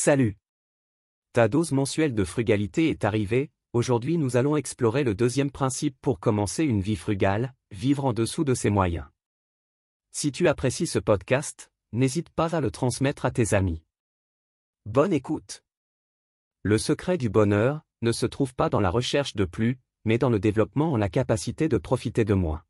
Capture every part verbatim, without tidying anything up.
Salut! Ta dose mensuelle de frugalité est arrivée. Aujourd'hui nous allons explorer le deuxième principe pour commencer une vie frugale, vivre en dessous de ses moyens. Si tu apprécies ce podcast, n'hésite pas à le transmettre à tes amis. Bonne écoute! Le secret du bonheur ne se trouve pas dans la recherche de plus, mais dans le développement en la capacité de profiter de moins.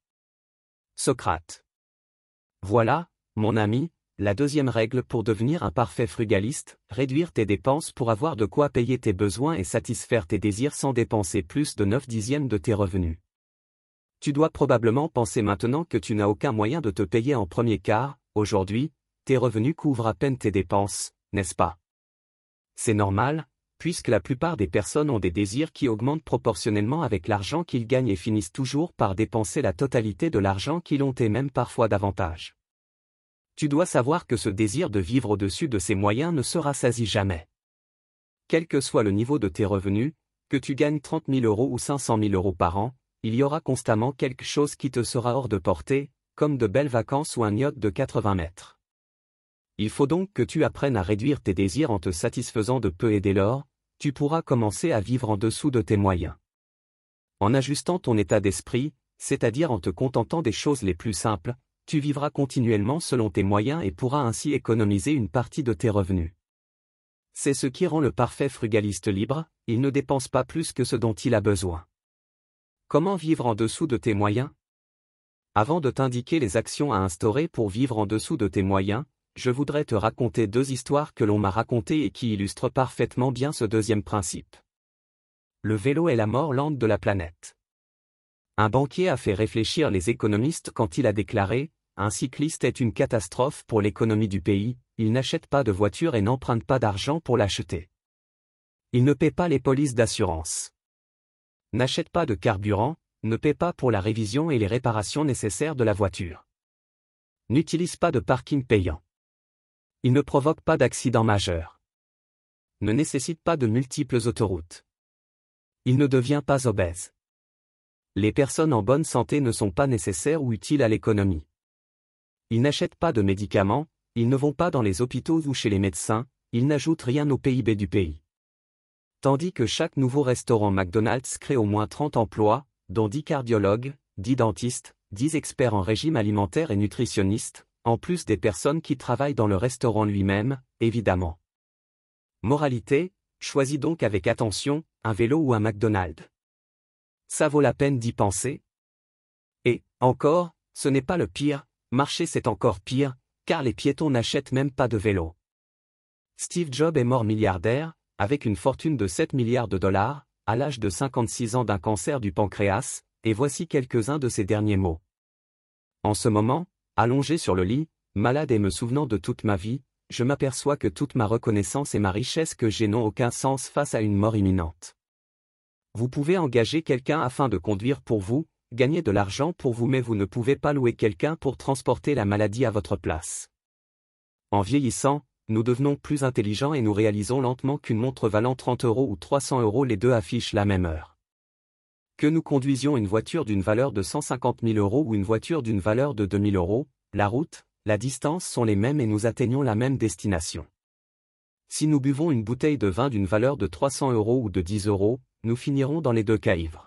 Socrate. Voilà, mon ami, la deuxième règle pour devenir un parfait frugaliste, réduire tes dépenses pour avoir de quoi payer tes besoins et satisfaire tes désirs sans dépenser plus de neuf dixièmes de tes revenus. Tu dois probablement penser maintenant que tu n'as aucun moyen de te payer en premier car, aujourd'hui, tes revenus couvrent à peine tes dépenses, n'est-ce pas? C'est normal, puisque la plupart des personnes ont des désirs qui augmentent proportionnellement avec l'argent qu'ils gagnent et finissent toujours par dépenser la totalité de l'argent qu'ils ont et même parfois davantage. Tu dois savoir que ce désir de vivre au-dessus de ses moyens ne se rassasie jamais. Quel que soit le niveau de tes revenus, que tu gagnes trente mille euros ou cinq cent mille euros par an, il y aura constamment quelque chose qui te sera hors de portée, comme de belles vacances ou un yacht de quatre-vingts mètres. Il faut donc que tu apprennes à réduire tes désirs en te satisfaisant de peu et dès lors, tu pourras commencer à vivre en dessous de tes moyens. En ajustant ton état d'esprit, c'est-à-dire en te contentant des choses les plus simples, tu vivras continuellement selon tes moyens et pourras ainsi économiser une partie de tes revenus. C'est ce qui rend le parfait frugaliste libre, il ne dépense pas plus que ce dont il a besoin. Comment vivre en dessous de tes moyens? Avant de t'indiquer les actions à instaurer pour vivre en dessous de tes moyens, je voudrais te raconter deux histoires que l'on m'a racontées et qui illustrent parfaitement bien ce deuxième principe. Le vélo est la mort lente de la planète. Un banquier a fait réfléchir les économistes quand il a déclaré « Un cycliste est une catastrophe pour l'économie du pays, il n'achète pas de voiture et n'emprunte pas d'argent pour l'acheter. Il ne paie pas les polices d'assurance. N'achète pas de carburant, ne paie pas pour la révision et les réparations nécessaires de la voiture. N'utilise pas de parking payant. Il ne provoque pas d'accident majeur. Ne nécessite pas de multiples autoroutes. Il ne devient pas obèse. Les personnes en bonne santé ne sont pas nécessaires ou utiles à l'économie. Ils n'achètent pas de médicaments, ils ne vont pas dans les hôpitaux ou chez les médecins, ils n'ajoutent rien au P I B du pays. Tandis que chaque nouveau restaurant McDonald's crée au moins trente emplois, dont dix cardiologues, dix dentistes, dix experts en régime alimentaire et nutritionnistes, en plus des personnes qui travaillent dans le restaurant lui-même, évidemment. Moralité, choisis donc avec attention, un vélo ou un McDonald's. Ça vaut la peine d'y penser? Et, encore, ce n'est pas le pire, marcher c'est encore pire, car les piétons n'achètent même pas de vélo. Steve Jobs est mort milliardaire, avec une fortune de sept milliards de dollars, à l'âge de cinquante-six ans d'un cancer du pancréas, et voici quelques-uns de ses derniers mots. En ce moment, allongé sur le lit, malade et me souvenant de toute ma vie, je m'aperçois que toute ma reconnaissance et ma richesse que j'ai n'ont aucun sens face à une mort imminente. Vous pouvez engager quelqu'un afin de conduire pour vous, gagner de l'argent pour vous mais vous ne pouvez pas louer quelqu'un pour transporter la maladie à votre place. En vieillissant, nous devenons plus intelligents et nous réalisons lentement qu'une montre valant trente euros ou trois cents euros les deux affichent la même heure. Que nous conduisions une voiture d'une valeur de cent cinquante mille euros ou une voiture d'une valeur de deux mille euros, la route, la distance sont les mêmes et nous atteignons la même destination. Si nous buvons une bouteille de vin d'une valeur de trois cents euros ou de dix euros, nous finirons dans les deux cas ivres.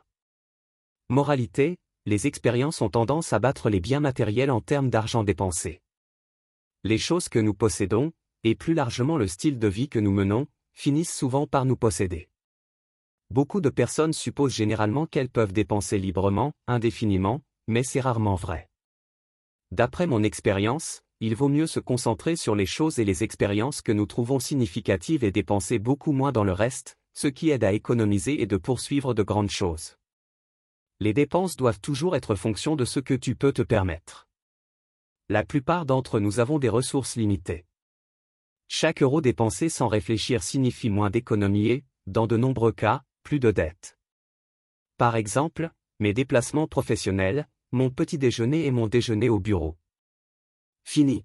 Moralité, les expériences ont tendance à battre les biens matériels en termes d'argent dépensé. Les choses que nous possédons, et plus largement le style de vie que nous menons, finissent souvent par nous posséder. Beaucoup de personnes supposent généralement qu'elles peuvent dépenser librement, indéfiniment, mais c'est rarement vrai. D'après mon expérience, il vaut mieux se concentrer sur les choses et les expériences que nous trouvons significatives et dépenser beaucoup moins dans le reste, ce qui aide à économiser et de poursuivre de grandes choses. Les dépenses doivent toujours être fonction de ce que tu peux te permettre. La plupart d'entre nous avons des ressources limitées. Chaque euro dépensé sans réfléchir signifie moins d'économie et, dans de nombreux cas, plus de dettes. Par exemple, mes déplacements professionnels, mon petit déjeuner et mon déjeuner au bureau. Fini.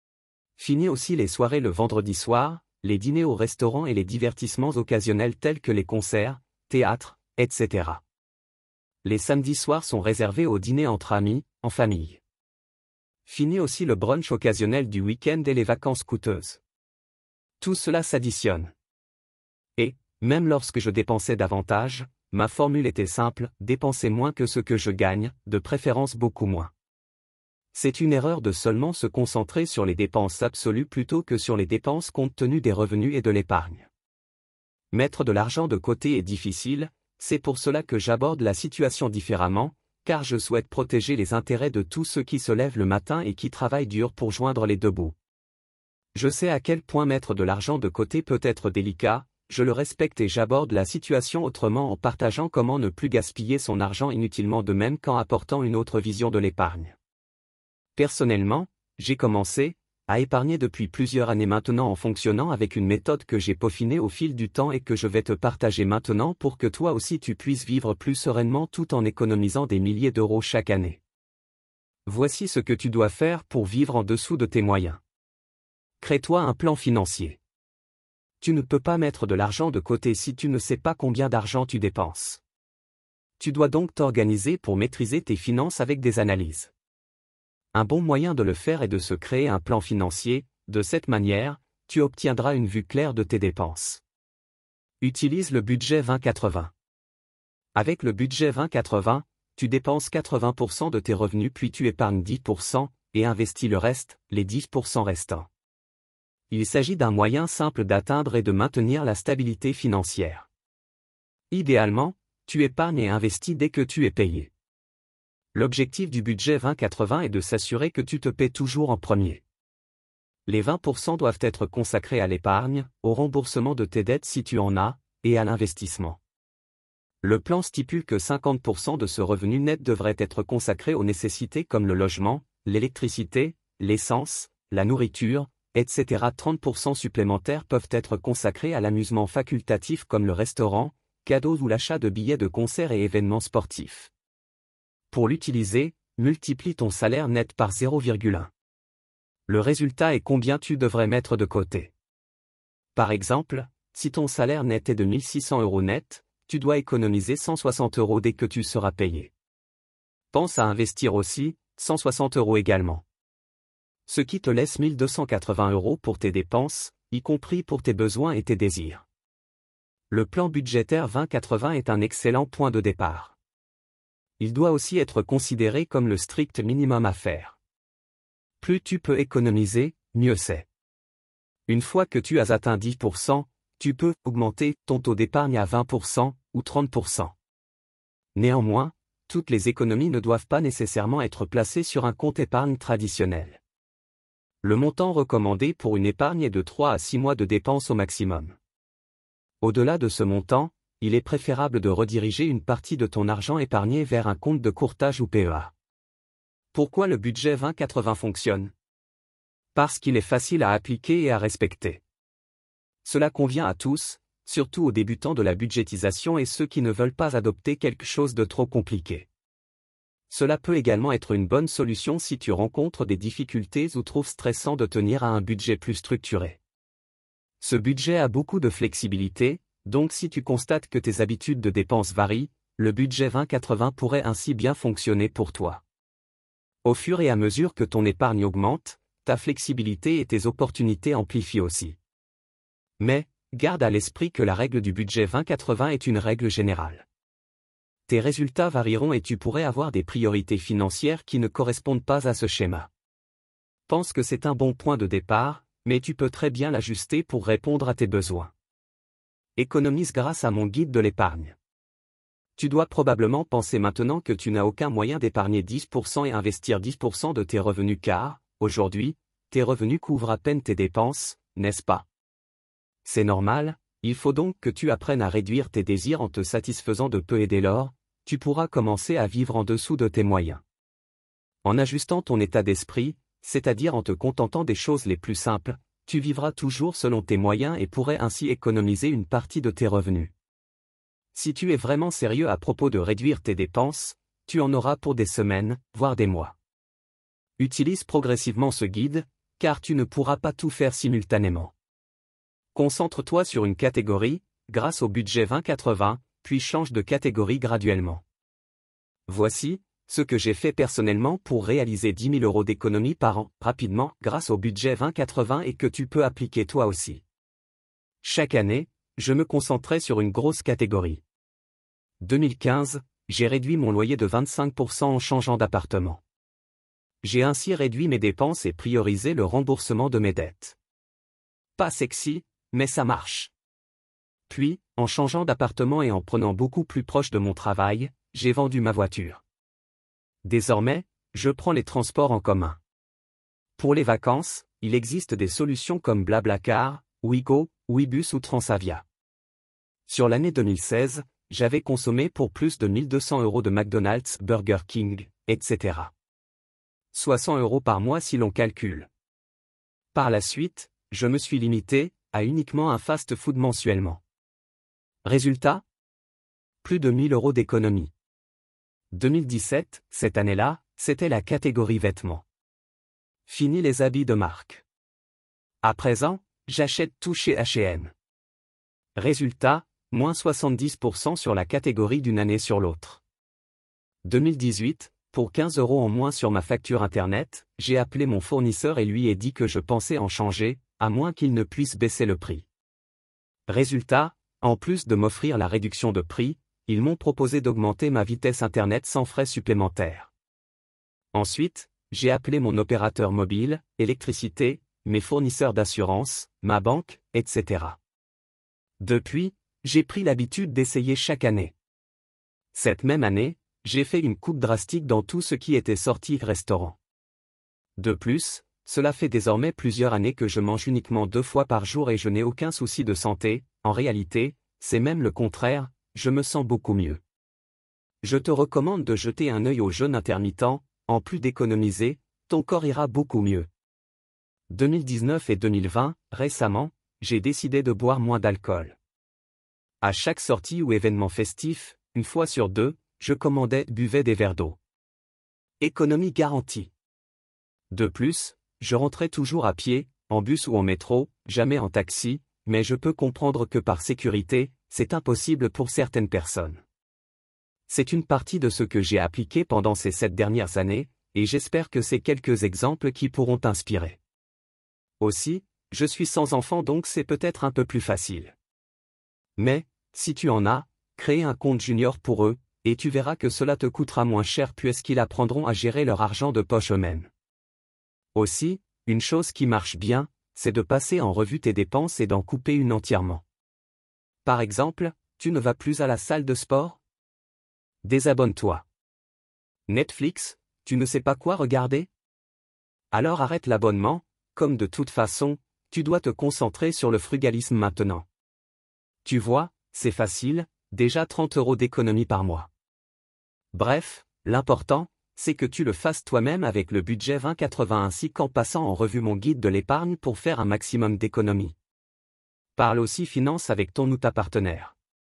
Fini aussi les soirées le vendredi soir, les dîners au restaurant et les divertissements occasionnels tels que les concerts, théâtres, et cetera. Les samedis soirs sont réservés aux dîners entre amis, en famille. Fini aussi le brunch occasionnel du week-end et les vacances coûteuses. Tout cela s'additionne. Et, même lorsque je dépensais davantage, ma formule était simple, dépenser moins que ce que je gagne, de préférence beaucoup moins. C'est une erreur de seulement se concentrer sur les dépenses absolues plutôt que sur les dépenses compte tenu des revenus et de l'épargne. Mettre de l'argent de côté est difficile, c'est pour cela que j'aborde la situation différemment, car je souhaite protéger les intérêts de tous ceux qui se lèvent le matin et qui travaillent dur pour joindre les deux bouts. Je sais à quel point mettre de l'argent de côté peut être délicat, je le respecte et j'aborde la situation autrement en partageant comment ne plus gaspiller son argent inutilement de même qu'en apportant une autre vision de l'épargne. Personnellement, j'ai commencé à épargner depuis plusieurs années maintenant en fonctionnant avec une méthode que j'ai peaufinée au fil du temps et que je vais te partager maintenant pour que toi aussi tu puisses vivre plus sereinement tout en économisant des milliers d'euros chaque année. Voici ce que tu dois faire pour vivre en dessous de tes moyens. Crée-toi un plan financier. Tu ne peux pas mettre de l'argent de côté si tu ne sais pas combien d'argent tu dépenses. Tu dois donc t'organiser pour maîtriser tes finances avec des analyses. Un bon moyen de le faire est de se créer un plan financier, de cette manière, tu obtiendras une vue claire de tes dépenses. Utilise le budget vingt quatre-vingts. Avec le budget vingt quatre-vingts, tu dépenses quatre-vingts pour cent de tes revenus puis tu épargnes dix pour cent, et investis le reste, les dix pour cent restants. Il s'agit d'un moyen simple d'atteindre et de maintenir la stabilité financière. Idéalement, tu épargnes et investis dès que tu es payé. L'objectif du budget vingt quatre-vingts est de s'assurer que tu te paies toujours en premier. Les vingt pour cent doivent être consacrés à l'épargne, au remboursement de tes dettes si tu en as, et à l'investissement. Le plan stipule que cinquante pour cent de ce revenu net devrait être consacré aux nécessités comme le logement, l'électricité, l'essence, la nourriture, et cetera. trente pour cent supplémentaires peuvent être consacrés à l'amusement facultatif comme le restaurant, cadeaux ou l'achat de billets de concerts et événements sportifs. Pour l'utiliser, multiplie ton salaire net par zéro virgule un. Le résultat est combien tu devrais mettre de côté. Par exemple, si ton salaire net est de mille six cents euros net, tu dois économiser cent soixante euros dès que tu seras payé. Pense à investir aussi, cent soixante euros également. Ce qui te laisse mille deux cent quatre-vingts euros pour tes dépenses, y compris pour tes besoins et tes désirs. Le plan budgétaire vingt quatre-vingts est un excellent point de départ. Il doit aussi être considéré comme le strict minimum à faire. Plus tu peux économiser, mieux c'est. Une fois que tu as atteint dix pour cent, tu peux augmenter ton taux d'épargne à vingt pour cent ou trente pour cent. Néanmoins, toutes les économies ne doivent pas nécessairement être placées sur un compte épargne traditionnel. Le montant recommandé pour une épargne est de trois à six mois de dépenses au maximum. Au-delà de ce montant, il est préférable de rediriger une partie de ton argent épargné vers un compte de courtage ou P E A. Pourquoi le budget vingt quatre-vingts fonctionne? Parce qu'il est facile à appliquer et à respecter. Cela convient à tous, surtout aux débutants de la budgétisation et ceux qui ne veulent pas adopter quelque chose de trop compliqué. Cela peut également être une bonne solution si tu rencontres des difficultés ou trouves stressant de tenir à un budget plus structuré. Ce budget a beaucoup de flexibilité, donc si tu constates que tes habitudes de dépenses varient, le budget vingt quatre-vingts pourrait ainsi bien fonctionner pour toi. Au fur et à mesure que ton épargne augmente, ta flexibilité et tes opportunités amplifient aussi. Mais, garde à l'esprit que la règle du budget vingt quatre-vingts est une règle générale. Tes résultats varieront et tu pourrais avoir des priorités financières qui ne correspondent pas à ce schéma. Pense que c'est un bon point de départ, mais tu peux très bien l'ajuster pour répondre à tes besoins. Économise grâce à mon guide de l'épargne. Tu dois probablement penser maintenant que tu n'as aucun moyen d'épargner dix pour cent et investir dix pour cent de tes revenus car, aujourd'hui, tes revenus couvrent à peine tes dépenses, n'est-ce pas? C'est normal, il faut donc que tu apprennes à réduire tes désirs en te satisfaisant de peu et dès lors, tu pourras commencer à vivre en dessous de tes moyens. En ajustant ton état d'esprit, c'est-à-dire en te contentant des choses les plus simples, tu vivras toujours selon tes moyens et pourrais ainsi économiser une partie de tes revenus. Si tu es vraiment sérieux à propos de réduire tes dépenses, tu en auras pour des semaines, voire des mois. Utilise progressivement ce guide, car tu ne pourras pas tout faire simultanément. Concentre-toi sur une catégorie, grâce au budget vingt quatre-vingts, puis change de catégorie graduellement. Voici ce que j'ai fait personnellement pour réaliser dix mille euros d'économie par an, rapidement, grâce au budget vingt quatre-vingts et que tu peux appliquer toi aussi. Chaque année, je me concentrais sur une grosse catégorie. deux mille quinze, j'ai réduit mon loyer de vingt-cinq pour cent en changeant d'appartement. J'ai ainsi réduit mes dépenses et priorisé le remboursement de mes dettes. Pas sexy, mais ça marche. Puis, en changeant d'appartement et en prenant beaucoup plus proche de mon travail, j'ai vendu ma voiture. Désormais, je prends les transports en commun. Pour les vacances, il existe des solutions comme BlaBlaCar, Ouigo, Ouibus ou Transavia. Sur l'année deux mille seize, j'avais consommé pour plus de mille deux cents euros de McDonald's, Burger King, et cetera. Soit cent euros par mois si l'on calcule. Par la suite, je me suis limité à uniquement un fast-food mensuellement. Résultat ? Plus de mille euros d'économie. deux mille dix-sept, cette année-là, c'était la catégorie vêtements. Fini les habits de marque. À présent, j'achète tout chez H et M. Résultat, moins soixante-dix pour cent sur la catégorie d'une année sur l'autre. deux mille dix-huit, pour quinze euros en moins sur ma facture internet, j'ai appelé mon fournisseur et lui ai dit que je pensais en changer, à moins qu'il ne puisse baisser le prix. Résultat, en plus de m'offrir la réduction de prix, ils m'ont proposé d'augmenter ma vitesse internet sans frais supplémentaires. Ensuite, j'ai appelé mon opérateur mobile, électricité, mes fournisseurs d'assurance, ma banque, et cetera. Depuis, j'ai pris l'habitude d'essayer chaque année. Cette même année, j'ai fait une coupe drastique dans tout ce qui était sortie restaurant. De plus, cela fait désormais plusieurs années que je mange uniquement deux fois par jour et je n'ai aucun souci de santé. En réalité, c'est même le contraire, je me sens beaucoup mieux. Je te recommande de jeter un œil au jeûne intermittent, en plus d'économiser, ton corps ira beaucoup mieux. deux mille dix-neuf et deux mille vingt, récemment, j'ai décidé de boire moins d'alcool. À chaque sortie ou événement festif, une fois sur deux, je commandais, buvais des verres d'eau. Économie garantie. De plus, je rentrais toujours à pied, en bus ou en métro, jamais en taxi, mais je peux comprendre que par sécurité, c'est impossible pour certaines personnes. C'est une partie de ce que j'ai appliqué pendant ces sept dernières années, et j'espère que c'est quelques exemples qui pourront t'inspirer. Aussi, je suis sans enfant donc c'est peut-être un peu plus facile. Mais, si tu en as, crée un compte junior pour eux, et tu verras que cela te coûtera moins cher puisqu'ils apprendront à gérer leur argent de poche eux-mêmes. Aussi, une chose qui marche bien, c'est de passer en revue tes dépenses et d'en couper une entièrement. Par exemple, tu ne vas plus à la salle de sport ? Désabonne-toi. Netflix, tu ne sais pas quoi regarder ? Alors arrête l'abonnement, comme de toute façon, tu dois te concentrer sur le frugalisme maintenant. Tu vois, c'est facile, déjà trente euros d'économie par mois. Bref, l'important, c'est que tu le fasses toi-même avec le budget vingt quatre-vingts ainsi qu'en passant en revue mon guide de l'épargne pour faire un maximum d'économies. Parle aussi finance avec ton ou ta partenaire.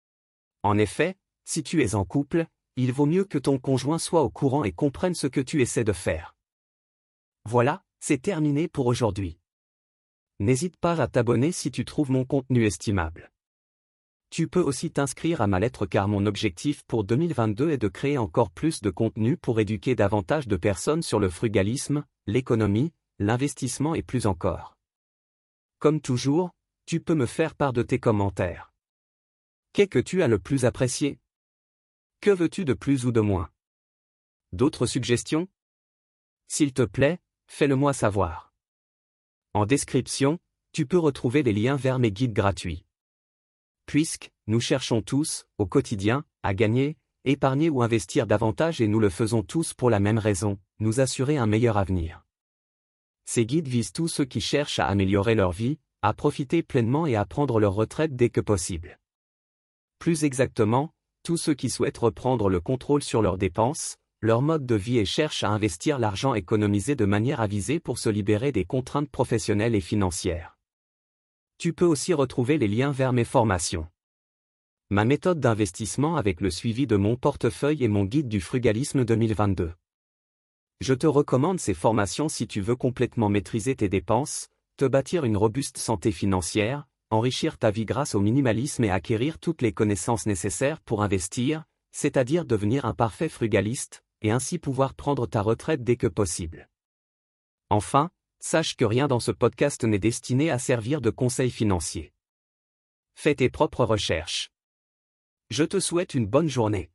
En effet, si tu es en couple, il vaut mieux que ton conjoint soit au courant et comprenne ce que tu essaies de faire. Voilà, c'est terminé pour aujourd'hui. N'hésite pas à t'abonner si tu trouves mon contenu estimable. Tu peux aussi t'inscrire à ma lettre car mon objectif pour deux mille vingt-deux est de créer encore plus de contenu pour éduquer davantage de personnes sur le frugalisme, l'économie, l'investissement et plus encore. Comme toujours, tu peux me faire part de tes commentaires. Qu'est-ce que tu as le plus apprécié ? Que veux-tu de plus ou de moins ? D'autres suggestions ? S'il te plaît, fais-le-moi savoir. En description, tu peux retrouver les liens vers mes guides gratuits. Puisque, nous cherchons tous, au quotidien, à gagner, épargner ou investir davantage et nous le faisons tous pour la même raison, nous assurer un meilleur avenir. Ces guides visent tous ceux qui cherchent à améliorer leur vie, à profiter pleinement et à prendre leur retraite dès que possible. Plus exactement, tous ceux qui souhaitent reprendre le contrôle sur leurs dépenses, leur mode de vie et cherchent à investir l'argent économisé de manière avisée pour se libérer des contraintes professionnelles et financières. Tu peux aussi retrouver les liens vers mes formations. Ma méthode d'investissement avec le suivi de mon portefeuille et mon guide du frugalisme deux mille vingt-deux. Je te recommande ces formations si tu veux complètement maîtriser tes dépenses, te bâtir une robuste santé financière, enrichir ta vie grâce au minimalisme et acquérir toutes les connaissances nécessaires pour investir, c'est-à-dire devenir un parfait frugaliste, et ainsi pouvoir prendre ta retraite dès que possible. Enfin, sache que rien dans ce podcast n'est destiné à servir de conseil financier. Fais tes propres recherches. Je te souhaite une bonne journée.